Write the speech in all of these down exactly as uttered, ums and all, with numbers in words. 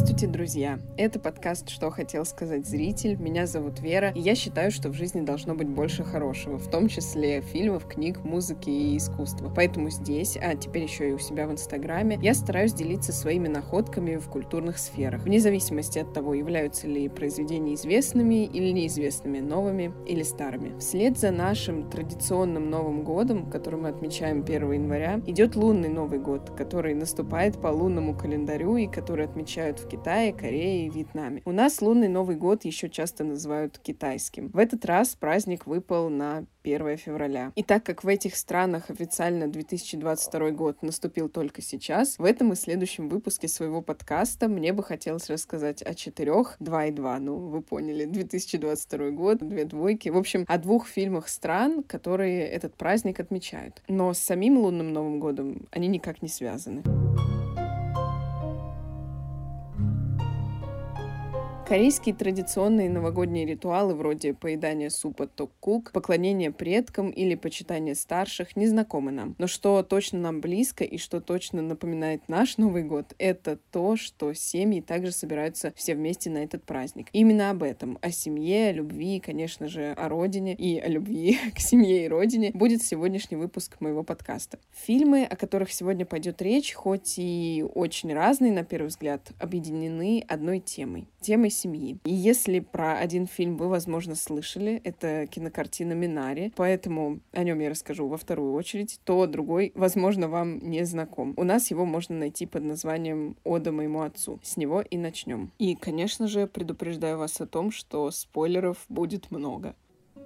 Здравствуйте, друзья! Это подкаст «Что хотел сказать зритель». Меня зовут Вера, и я считаю, что в жизни должно быть больше хорошего, в том числе фильмов, книг, музыки и искусства. Поэтому здесь, а теперь еще и у себя в Инстаграме, я стараюсь делиться своими находками в культурных сферах, вне зависимости от того, являются ли произведения известными или неизвестными, новыми или старыми. Вслед за нашим традиционным Новым годом, который мы отмечаем первого января, идет лунный Новый год, который наступает по лунному календарю и который отмечают в Китае, Корее и Вьетнаме. У нас лунный Новый год еще часто называют китайским. В этот раз праздник выпал на первое февраля. И так как в этих странах официально две тысячи двадцать второй год наступил только сейчас, в этом и следующем выпуске своего подкаста мне бы хотелось рассказать о четырех, два и два, ну, вы поняли, две тысячи двадцать второй год, две двойки, в общем, о двух фильмах стран, которые этот праздник отмечают. Но с самим лунным Новым годом они никак не связаны. Корейские традиционные новогодние ритуалы вроде поедания супа токгук, поклонения предкам или почитания старших не знакомы нам. Но что точно нам близко и что точно напоминает наш Новый год, это то, что семьи также собираются все вместе на этот праздник. Именно об этом, о семье, о любви, конечно же, о родине и о любви к семье и родине будет сегодняшний выпуск моего подкаста. Фильмы, о которых сегодня пойдет речь, хоть и очень разные на первый взгляд, объединены одной темой. Темой семьи. И если про один фильм вы, возможно, слышали, это кинокартина «Минари», поэтому о нем я расскажу во вторую очередь, то другой, возможно, вам не знаком. У нас его можно найти под названием «Ода моему отцу». С него и начнем. И, конечно же, предупреждаю вас о том, что спойлеров будет много.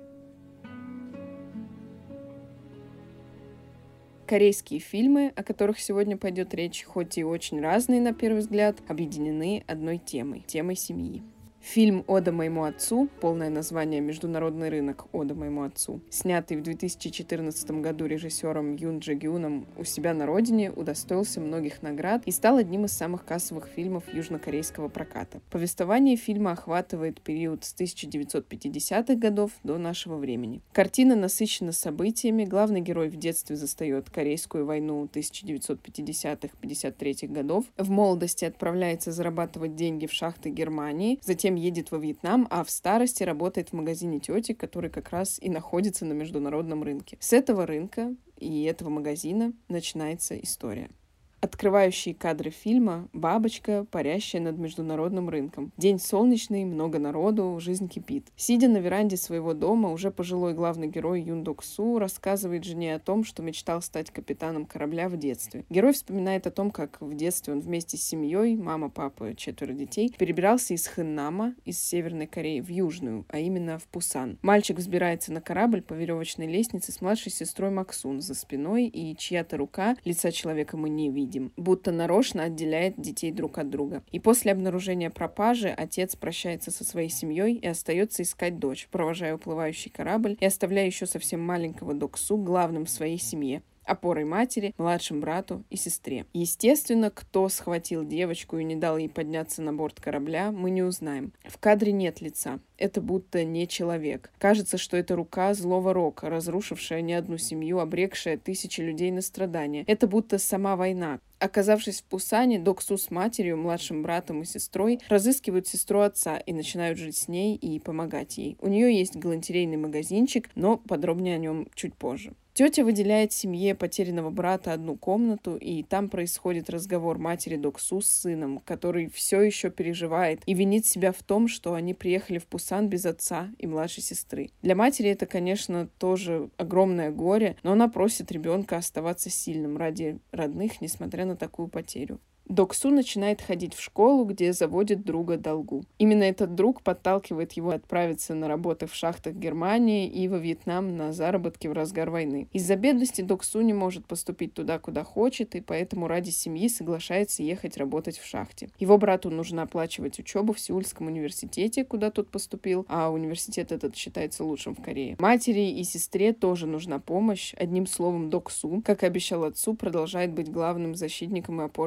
Корейские фильмы, о которых сегодня пойдет речь, хоть и очень разные на первый взгляд, объединены одной темой — темой семьи. Фильм «Ода моему отцу», полное название «Международный рынок. Ода моему отцу», снятый в две тысячи четырнадцатом году режиссером Юн Джи Гюном у себя на родине, удостоился многих наград и стал одним из самых кассовых фильмов южнокорейского проката. Повествование фильма охватывает период с тысяча девятьсот пятидесятых годов до нашего времени. Картина насыщена событиями. Главный герой в детстве застает Корейскую войну тысяча девятьсот пятидесятых — пятьдесят третьих годов. В молодости отправляется зарабатывать деньги в шахты Германии, затем едет во Вьетнам, а в старости работает в магазине тети, который как раз и находится на международном рынке. С этого рынка и этого магазина начинается история. Открывающие кадры фильма — бабочка, парящая над международным рынком. День солнечный, много народу, жизнь кипит. Сидя на веранде своего дома, уже пожилой главный герой Юн Док Су рассказывает жене о том, что мечтал стать капитаном корабля в детстве. Герой вспоминает о том, как в детстве он вместе с семьей, мама, папа, четверо детей, перебирался из Хэннама, из Северной Кореи, в Южную, а именно в Пусан. Мальчик взбирается на корабль по веревочной лестнице с младшей сестрой Максун за спиной, и чья-то рука, лица человека мы не видим, будто нарочно отделяет детей друг от друга. И после обнаружения пропажи отец прощается со своей семьей и остается искать дочь, провожая уплывающий корабль и оставляя еще совсем маленького Док Су главным в своей семье, опорой матери, младшим брату и сестре. Естественно, кто схватил девочку и не дал ей подняться на борт корабля, мы не узнаем. В кадре нет лица. Это будто не человек. Кажется, что это рука злого рока, разрушившая не одну семью, обрекшая тысячи людей на страдания. Это будто сама война. Оказавшись в Пусане, Док Су с матерью, младшим братом и сестрой разыскивают сестру отца и начинают жить с ней и помогать ей. У нее есть галантерейный магазинчик, но подробнее о нем чуть позже. Тетя выделяет семье потерянного брата одну комнату, и там происходит разговор матери Док Су с сыном, который все еще переживает и винит себя в том, что они приехали в Пусан без отца и младшей сестры. Для матери это, конечно, тоже огромное горе, но она просит ребенка оставаться сильным ради родных, несмотря на такую потерю. Док Су начинает ходить в школу, где заводит друга Долгу. Именно этот друг подталкивает его отправиться на работы в шахтах Германии и во Вьетнам на заработки в разгар войны. Из-за бедности Док Су не может поступить туда, куда хочет, и поэтому ради семьи соглашается ехать работать в шахте. Его брату нужно оплачивать учебу в Сеульском университете, куда тот поступил, а университет этот считается лучшим в Корее. Матери и сестре тоже нужна помощь. Одним словом, Док Су, как и обещал отцу, продолжает быть главным защитником и опорой своей семьи.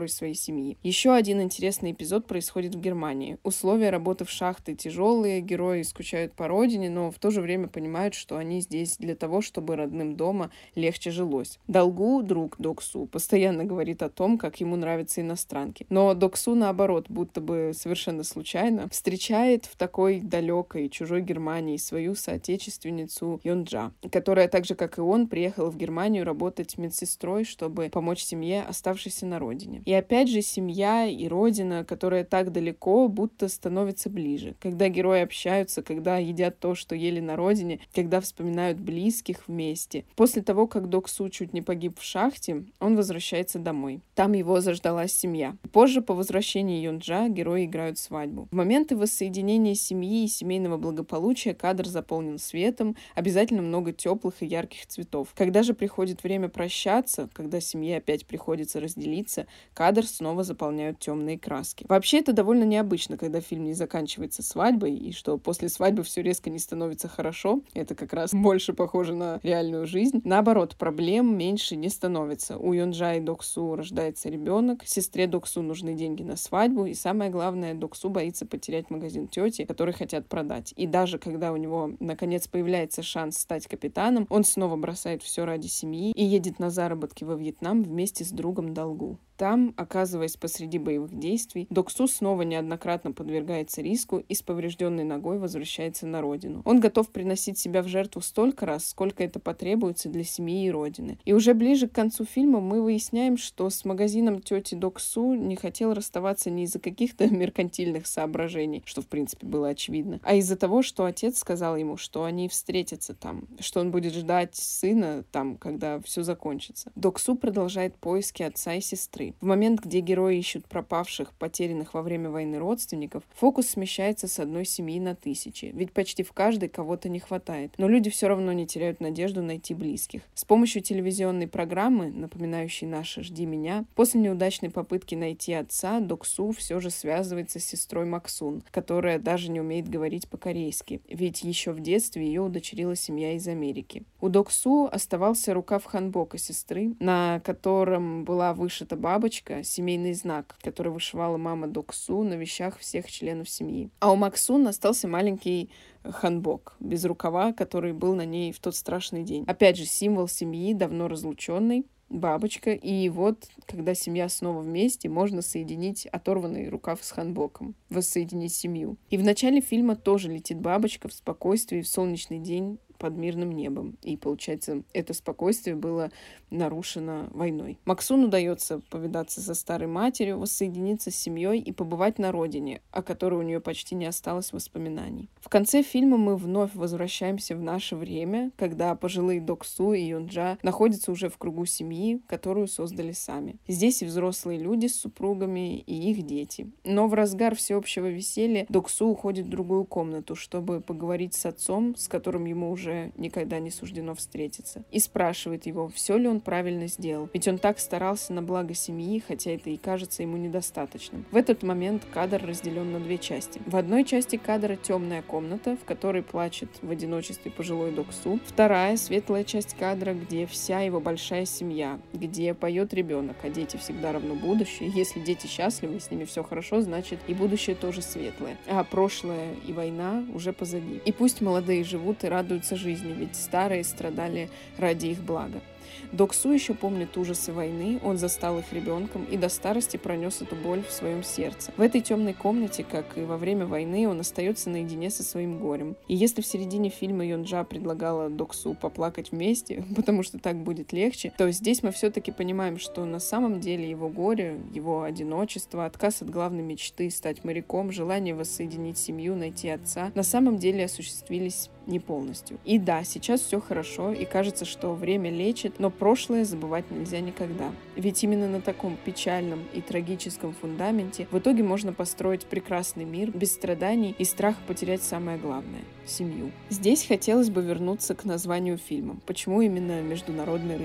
семьи. Еще один интересный эпизод происходит в Германии. Условия работы в шахте тяжелые, герои скучают по родине, но в то же время понимают, что они здесь для того, чтобы родным дома легче жилось. Долгу, друг Док-Су, постоянно говорит о том, как ему нравятся иностранки. Но Док-Су, наоборот, будто бы совершенно случайно встречает в такой далекой, чужой Германии свою соотечественницу Йонджа, которая, так же как и он, приехала в Германию работать медсестрой, чтобы помочь семье, оставшейся на родине. И опять же, семья и родина, которая так далеко, будто становится ближе. Когда герои общаются, когда едят то, что ели на родине, когда вспоминают близких вместе. После того, как Док-Су чуть не погиб в шахте, он возвращается домой. Там его заждалась семья. Позже, по возвращении Йонджа, герои играют свадьбу. В моменты воссоединения семьи и семейного благополучия кадр заполнен светом, обязательно много теплых и ярких цветов. Когда же приходит время прощаться, когда семье опять приходится разделиться, кадр снова заполняют темные краски. Вообще, это довольно необычно, когда фильм не заканчивается свадьбой, и что после свадьбы все резко не становится хорошо. Это как раз больше похоже на реальную жизнь. Наоборот, проблем меньше не становится. У Йонджа и Док-Су рождается ребенок, сестре Док-Су нужны деньги на свадьбу, и самое главное, Док-Су боится потерять магазин тети, который хотят продать. И даже когда у него, наконец, появляется шанс стать капитаном, он снова бросает все ради семьи и едет на заработки во Вьетнам вместе с другом Долгу. Там, оказываясь посреди боевых действий, Док-Су снова неоднократно подвергается риску и с поврежденной ногой возвращается на родину. Он готов приносить себя в жертву столько раз, сколько это потребуется для семьи и родины. И уже ближе к концу фильма мы выясняем, что с магазином тети Док-Су не хотел расставаться не из-за каких-то меркантильных соображений, что в принципе было очевидно, а из-за того, что отец сказал ему, что они встретятся там, что он будет ждать сына там, когда все закончится. Док-Су продолжает поиски отца и сестры. В момент, где герои ищут пропавших, потерянных во время войны родственников, фокус смещается с одной семьи на тысячи, ведь почти в каждой кого-то не хватает. Но люди все равно не теряют надежду найти близких. С помощью телевизионной программы, напоминающей наше «Жди меня», после неудачной попытки найти отца, Док-Су все же связывается с сестрой Максун, которая даже не умеет говорить по-корейски, ведь еще в детстве ее удочерила семья из Америки. У Док-Су оставался рукав ханбока сестры, на котором была вышита бабочка, семейный знак, который вышивала мама Док-Су на вещах всех членов семьи. А у Максун остался маленький ханбок без рукава, который был на ней в тот страшный день. Опять же, символ семьи, давно разлученной, бабочка, и вот, когда семья снова вместе, можно соединить оторванный рукав с ханбоком, воссоединить семью. И в начале фильма тоже летит бабочка в спокойствии в солнечный день под мирным небом. И, получается, это спокойствие было нарушено войной. Максун удается повидаться со старой матерью, воссоединиться с семьей и побывать на родине, о которой у нее почти не осталось воспоминаний. В конце фильма мы вновь возвращаемся в наше время, когда пожилые Док-Су и Йонджа находятся уже в кругу семьи, которую создали сами. Здесь и взрослые люди с супругами, и их дети. Но в разгар всеобщего веселья Док-Су уходит в другую комнату, чтобы поговорить с отцом, с которым ему уже никогда не суждено встретиться, и спрашивает его, все ли он правильно сделал, ведь он так старался на благо семьи, хотя это и кажется ему недостаточным. В этот момент кадр разделен на две части. В одной части кадра темная комната, в которой плачет в одиночестве пожилой Док-Су. Вторая — светлая часть кадра, где вся его большая семья, где поет ребенок, а дети всегда равно будущее. Если дети счастливы, с ними все хорошо, значит и будущее тоже светлое. А прошлое и война уже позади. И пусть молодые живут и радуются жизни, ведь старые страдали ради их блага. Док-Су еще помнит ужасы войны, он застал их ребенком и до старости пронес эту боль в своем сердце. В этой темной комнате, как и во время войны, он остается наедине со своим горем. И если в середине фильма Йонджа предлагала Док-Су поплакать вместе, потому что так будет легче, то здесь мы все-таки понимаем, что на самом деле его горе, его одиночество, отказ от главной мечты стать моряком, желание воссоединить семью, найти отца, на самом деле осуществились не полностью. И да, сейчас все хорошо, и кажется, что время лечит, но прошлое забывать нельзя никогда. Ведь именно на таком печальном и трагическом фундаменте в итоге можно построить прекрасный мир без страданий и страха потерять самое главное — семью. Здесь хотелось бы вернуться к названию фильма. Почему именно «Международный рынок»?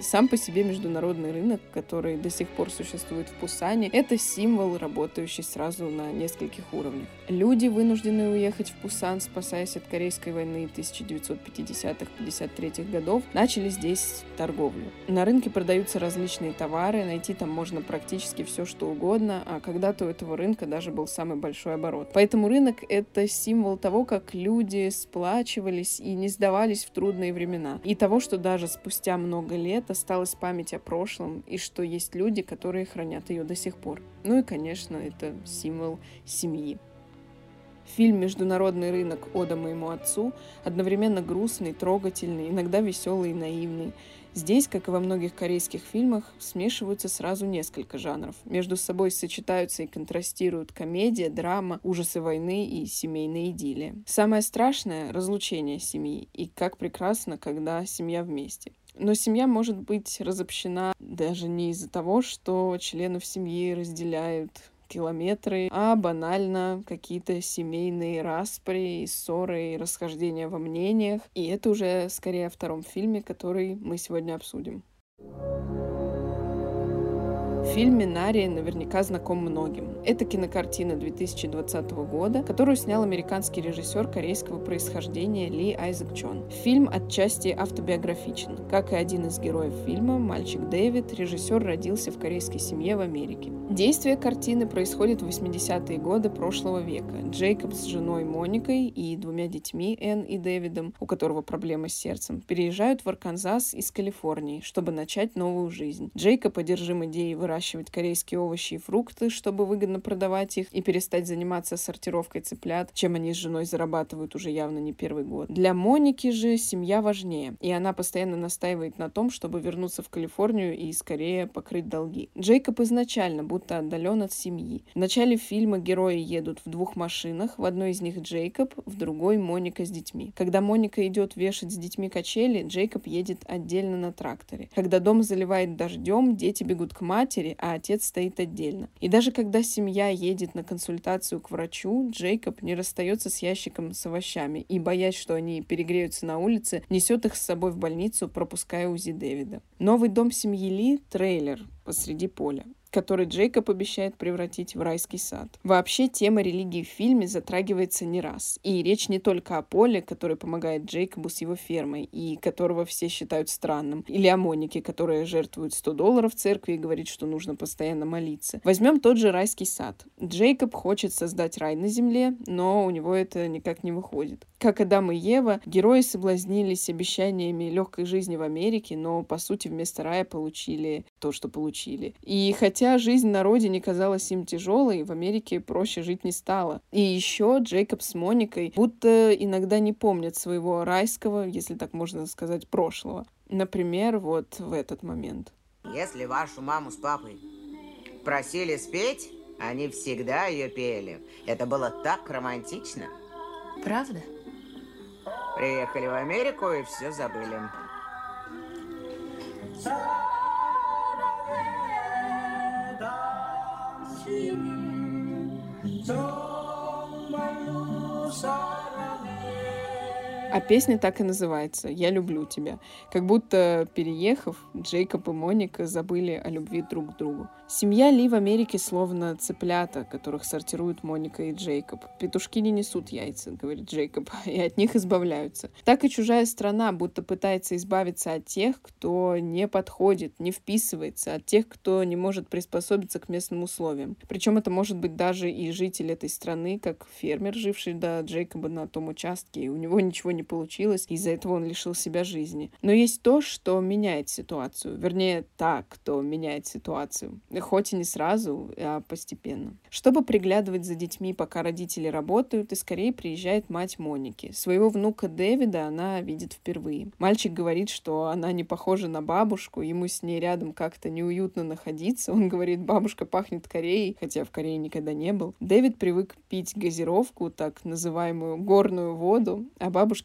Сам по себе международный рынок, который до сих пор существует в Пусане, это символ, работающий сразу на нескольких уровнях. Люди, вынужденные уехать в Пусан, спасаясь от Корейской войны тысяча девятьсот пятидесятых — пятьдесят третьих годов, начали здесь торговлю. На рынке продаются различные товары, найти там можно практически все, что угодно, а когда-то у этого рынка даже был самый большой оборот. Поэтому рынок — это символ того, как люди сплачивались и не сдавались в трудные времена. И того, что даже спустя много лет осталась память о прошлом, и что есть люди, которые хранят ее до сих пор. Ну и, конечно, это символ семьи. Фильм «Международный рынок. Ода моему отцу» одновременно грустный, трогательный, иногда веселый и наивный. Здесь, как и во многих корейских фильмах, смешиваются сразу несколько жанров. Между собой сочетаются и контрастируют комедия, драма, ужасы войны и семейная идиллия. Самое страшное — разлучение семьи, и как прекрасно, когда семья вместе. Но семья может быть разобщена даже не из-за того, что членов семьи разделяют километры, а банально какие-то семейные распри, ссоры и расхождения во мнениях. И это уже скорее о втором фильме, который мы сегодня обсудим. Фильм «Минари» наверняка знаком многим. Это кинокартина две тысячи двадцатого года, которую снял американский режиссер корейского происхождения Ли Айзек Чон. Фильм отчасти автобиографичен. Как и один из героев фильма, мальчик Дэвид, режиссер родился в корейской семье в Америке. Действие картины происходит в восьмидесятые годы прошлого века. Джейкоб с женой Моникой и двумя детьми, Энн и Дэвидом, у которого проблемы с сердцем, переезжают в Арканзас из Калифорнии, чтобы начать новую жизнь. Джейкоб одержим идеей выращивать корейские овощи и фрукты, чтобы выгодно продавать их и перестать заниматься сортировкой цыплят, чем они с женой зарабатывают уже явно не первый год. Для Моники же семья важнее, и она постоянно настаивает на том, чтобы вернуться в Калифорнию и скорее покрыть долги. Джейкоб изначально будто отдален от семьи. В начале фильма герои едут в двух машинах, в одной из них Джейкоб, в другой Моника с детьми. Когда Моника идет вешать с детьми качели, Джейкоб едет отдельно на тракторе. Когда дом заливает дождем, дети бегут к матери, а отец стоит отдельно. И даже когда семья едет на консультацию к врачу, Джейкоб не расстается с ящиком с овощами и, боясь, что они перегреются на улице, несет их с собой в больницу, пропуская УЗИ Дэвида. Новый дом семьи Ли — трейлер посреди поля, который Джейкоб обещает превратить в райский сад. Вообще, тема религии в фильме затрагивается не раз. И речь не только о Поле, который помогает Джейкобу с его фермой, и которого все считают странным, или о Монике, которая жертвует сто долларов в церкви и говорит, что нужно постоянно молиться. Возьмем тот же райский сад. Джейкоб хочет создать рай на земле, но у него это никак не выходит. Как Адам и Ева, герои соблазнились обещаниями легкой жизни в Америке, но, по сути, вместо рая получили то, что получили. И хотя Хотя жизнь на родине казалась им тяжелой, в Америке проще жить не стало. И еще Джейкоб с Моникой будто иногда не помнят своего райского, если так можно сказать, прошлого. Например, вот в этот момент. Если вашу маму с папой просили спеть, они всегда ее пели. Это было так романтично. Правда? Приехали в Америку и все забыли. А песня так и называется «Я люблю тебя». Как будто, переехав, Джейкоб и Моника забыли о любви друг к другу. Семья Ли в Америке словно цыплята, которых сортируют Моника и Джейкоб. Петушки не несут яйца, говорит Джейкоб, и от них избавляются. Так и чужая страна будто пытается избавиться от тех, кто не подходит, не вписывается, от тех, кто не может приспособиться к местным условиям. Причем это может быть даже и житель этой страны, как фермер, живший до Джейкоба на том участке, и у него ничего не получилось, из-за этого он лишил себя жизни. Но есть то, что меняет ситуацию. Вернее, та, кто меняет ситуацию. Хоть и не сразу, а постепенно. Чтобы приглядывать за детьми, пока родители работают, и скорее приезжает мать Моники. Своего внука Дэвида она видит впервые. Мальчик говорит, что она не похожа на бабушку, ему с ней рядом как-то неуютно находиться. Он говорит, бабушка пахнет Кореей, хотя в Корее никогда не был. Дэвид привык пить газировку, так называемую горную воду, а бабушкин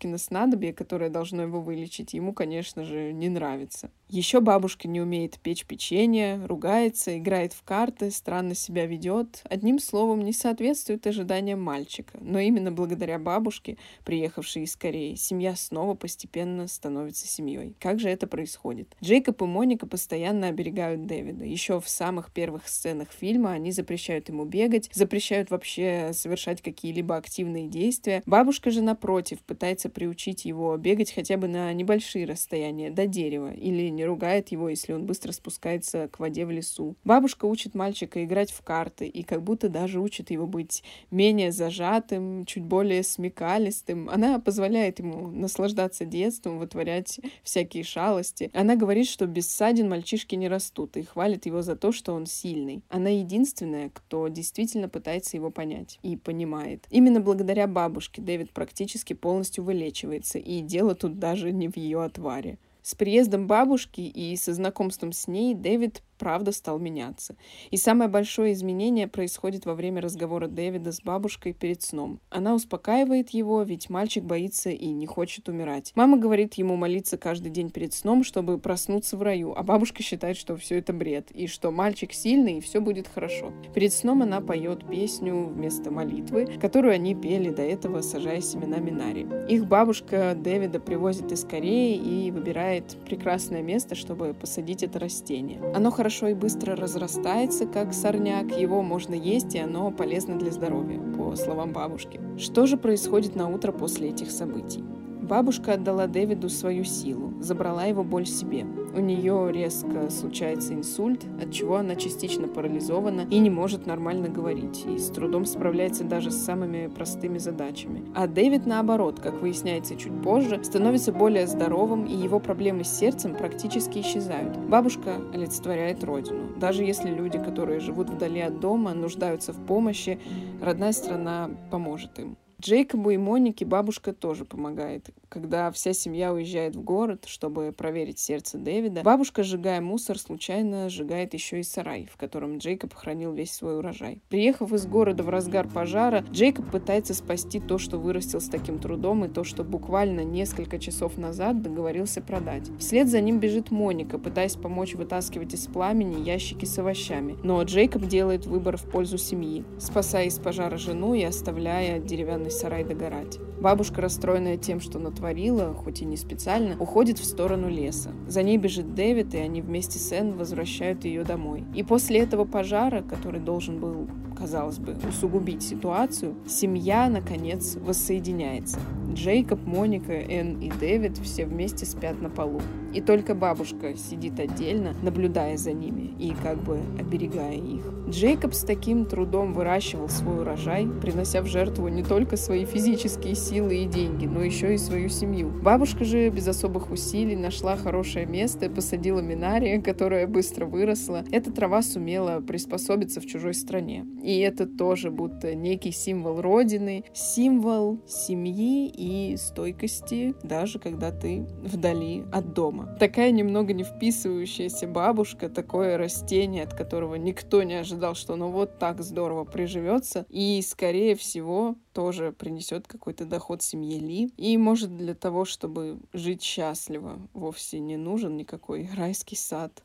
бабушкино снадобье, которое должно его вылечить, ему, конечно же, не нравится. Еще бабушка не умеет печь печенье, ругается, играет в карты, странно себя ведет. Одним словом, не соответствует ожиданиям мальчика. Но именно благодаря бабушке, приехавшей из Кореи, семья снова постепенно становится семьей. Как же это происходит? Джейкоб и Моника постоянно оберегают Дэвида. Еще в самых первых сценах фильма они запрещают ему бегать, запрещают вообще совершать какие-либо активные действия. Бабушка же, напротив, пытается приучить его бегать хотя бы на небольшие расстояния, до дерева, или не ругает его, если он быстро спускается к воде в лесу. Бабушка учит мальчика играть в карты и как будто даже учит его быть менее зажатым, чуть более смекалистым. Она позволяет ему наслаждаться детством, вытворять всякие шалости. Она говорит, что без ссадин мальчишки не растут, и хвалит его за то, что он сильный. Она единственная, кто действительно пытается его понять и понимает. Именно благодаря бабушке Дэвид практически полностью вылечивается, и дело тут даже не в ее отваре. С приездом бабушки и со знакомством с ней Дэвид правда стал меняться. И самое большое изменение происходит во время разговора Дэвида с бабушкой перед сном. Она успокаивает его, ведь мальчик боится и не хочет умирать. Мама говорит ему молиться каждый день перед сном, чтобы проснуться в раю, а бабушка считает, что все это бред, и что мальчик сильный, и все будет хорошо. Перед сном она поет песню вместо молитвы, которую они пели до этого, сажая семена минари. Их бабушка Дэвида привозит из Кореи и выбирает прекрасное место, чтобы посадить это растение. Оно хорошо хорошо и быстро разрастается, как сорняк, его можно есть, и оно полезно для здоровья, по словам бабушки. Что же происходит на утро после этих событий? Бабушка отдала Дэвиду свою силу, забрала его боль себе. У нее резко случается инсульт, от чего она частично парализована и не может нормально говорить, и с трудом справляется даже с самыми простыми задачами. А Дэвид, наоборот, как выясняется чуть позже, становится более здоровым, и его проблемы с сердцем практически исчезают. Бабушка олицетворяет родину. Даже если люди, которые живут вдали от дома, нуждаются в помощи, родная страна поможет им. Джейкобу и Монике бабушка тоже помогает. Когда вся семья уезжает в город, чтобы проверить сердце Дэвида, бабушка, сжигая мусор, случайно сжигает еще и сарай, в котором Джейкоб хранил весь свой урожай. Приехав из города в разгар пожара, Джейкоб пытается спасти то, что вырастил с таким трудом, и то, что буквально несколько часов назад договорился продать. Вслед за ним бежит Моника, пытаясь помочь вытаскивать из пламени ящики с овощами. Но Джейкоб делает выбор в пользу семьи, спасая из пожара жену и оставляя деревянный сарай догорать. Бабушка, расстроенная тем, что натворила, хоть и не специально, уходит в сторону леса. За ней бежит Дэвид, и они вместе с Энн возвращают ее домой. И после этого пожара, который должен был, казалось бы, усугубить ситуацию, семья, наконец, воссоединяется. Джейкоб, Моника, Энн и Дэвид все вместе спят на полу. И только бабушка сидит отдельно, наблюдая за ними и как бы оберегая их. Джейкоб с таким трудом выращивал свой урожай, принося в жертву не только свои физические силы и деньги, но еще и свою семью. Бабушка же без особых усилий нашла хорошее место и посадила минария, которая быстро выросла. Эта трава сумела приспособиться в чужой стране. И это тоже будто некий символ родины, символ семьи и стойкости, даже когда ты вдали от дома. Такая немного не вписывающаяся бабушка, такое растение, от которого никто не ожидал, что оно вот так здорово приживется, и, скорее всего, тоже принесет какой-то доход семье Ли. И, может, для того, чтобы жить счастливо, вовсе не нужен никакой райский сад.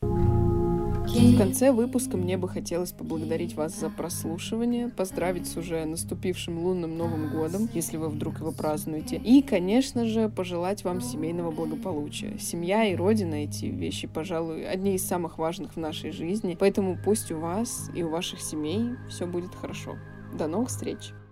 В конце выпуска мне бы хотелось поблагодарить вас за прослушивание, поздравить с уже наступившим лунным Новым годом, если вы вдруг его празднуете, и, конечно же, пожелать вам семейного благополучия. Семья и родина — эти вещи, пожалуй, одни из самых важных в нашей жизни, поэтому пусть у вас и у ваших семей все будет хорошо. До новых встреч!